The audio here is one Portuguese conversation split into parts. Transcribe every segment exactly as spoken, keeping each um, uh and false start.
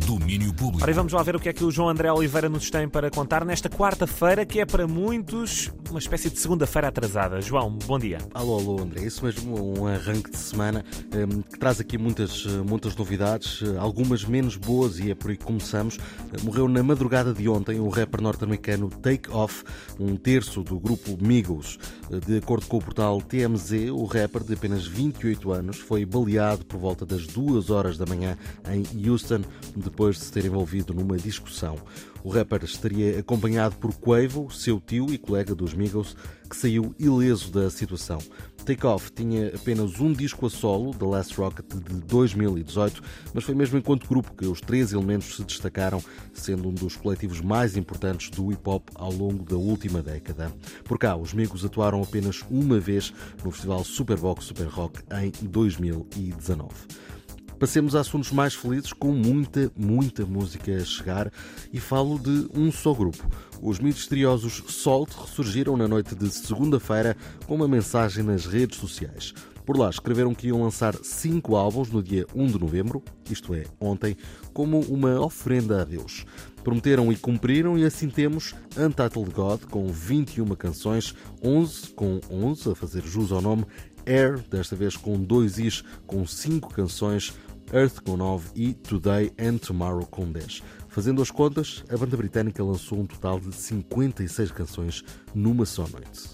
Domínio Público. Ora, e vamos lá ver o que é que o João André Oliveira nos tem para contar nesta quarta-feira, que é para muitos uma espécie de segunda-feira atrasada. João, bom dia. Alô, alô, André. Isso mesmo, um arranque de semana um, que traz aqui muitas, muitas novidades, algumas menos boas, e é por aí que começamos. Morreu na madrugada de ontem o rapper norte-americano Take Off, um terço do grupo Migos. De acordo com o portal T M Z, o rapper de apenas vinte e oito anos foi baleado por volta das duas horas da manhã em Houston, depois de se ter envolvido numa discussão. O rapper estaria acompanhado por Quavo, seu tio e colega dos Migos, que saiu ileso da situação. Takeoff tinha apenas um disco a solo, The Last Rocket, de dois mil e dezoito, mas foi mesmo enquanto grupo que os três elementos se destacaram, sendo um dos coletivos mais importantes do hip-hop ao longo da última década. Por cá, os Migos atuaram apenas uma vez no festival Superbox Super Rock em dois mil e dezanove. Passemos a assuntos mais felizes, com muita, muita música a chegar, e falo de um só grupo. Os misteriosos Salt ressurgiram na noite de segunda-feira com uma mensagem nas redes sociais. Por lá escreveram que iam lançar cinco álbuns no dia um de novembro, isto é, ontem, como uma oferenda a Deus. Prometeram e cumpriram, e assim temos Untitled God, com vinte e uma canções, onze com onze, a fazer jus ao nome, Air, desta vez com dois Is, com cinco canções, Earth com nove e Today and Tomorrow com dez. Fazendo as contas, a banda britânica lançou um total de cinquenta e seis canções numa só noite.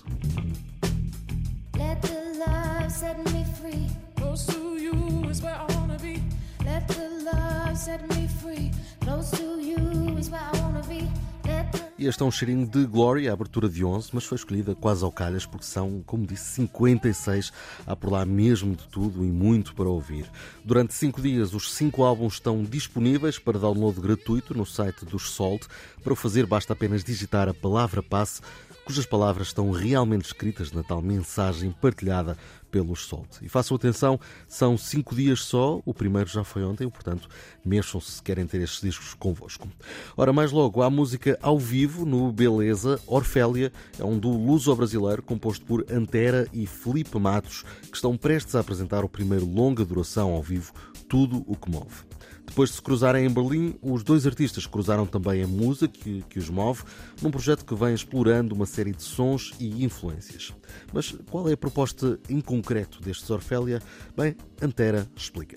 Let the love set me free. Close to you is where I wanna be. Let the love set me free. Close to you is where I wanna be. E este é um cheirinho de Glory, a abertura de onze, mas foi escolhida quase ao calhas porque são, como disse, cinquenta e seis. Há por lá mesmo de tudo e muito para ouvir. Durante cinco dias, os cinco álbuns estão disponíveis para download gratuito no site dos Salt. Para o fazer, basta apenas digitar a palavra passe, cujas palavras estão realmente escritas na tal mensagem partilhada pelos Salt. E façam atenção, são cinco dias só, o primeiro já foi ontem, portanto, mexam-se se querem ter estes discos convosco. Ora, mais logo, há música ao vivo no Beleza. Orfélia é um duo luso-brasileiro composto por Antera e Filipe Matos, que estão prestes a apresentar o primeiro longa duração ao vivo, Tudo o que Move. Depois de se cruzarem em Berlim, os dois artistas cruzaram também a musa que, que os move, num projeto que vem explorando uma série de sons e influências. Mas qual é a proposta em concreto destes Orfélia? Bem, Antera explica.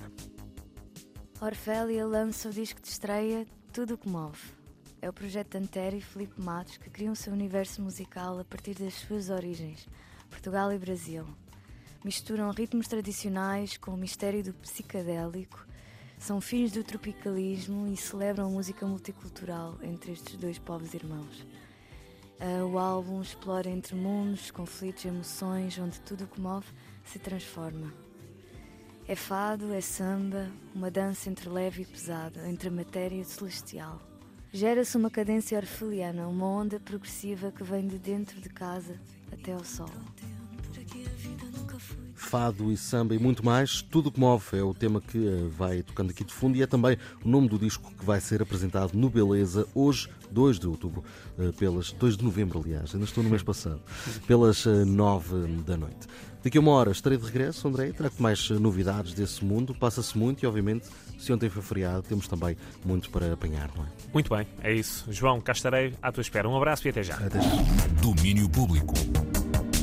Orfélia lança o disco de estreia Tudo o que Move. É o projeto de Antera e Filipe Matos, que criam o seu universo musical a partir das suas origens, Portugal e Brasil. Misturam ritmos tradicionais com o mistério do psicadélico. São filhos do tropicalismo e celebram a música multicultural entre estes dois povos irmãos. O álbum explora entre mundos, conflitos e emoções, onde tudo o que move se transforma. É fado, é samba, uma dança entre leve e pesado, entre a matéria e o celestial. Gera-se uma cadência orfeliana, uma onda progressiva que vem de dentro de casa até ao sol. Fado e samba e muito mais, Tudo o que Move é o tema que vai tocando aqui de fundo, e é também o nome do disco que vai ser apresentado no Beleza hoje, dois de outubro, pelas dois de novembro, aliás, ainda estou no mês passado, pelas nove da noite. Daqui a uma hora estarei de regresso, André, trago-te mais novidades desse mundo, passa-se muito e, obviamente, se ontem foi feriado, temos também muito para apanhar, não é? Muito bem, é isso. João, cá estarei à tua espera. Um abraço e até já. Até já. Domínio Público.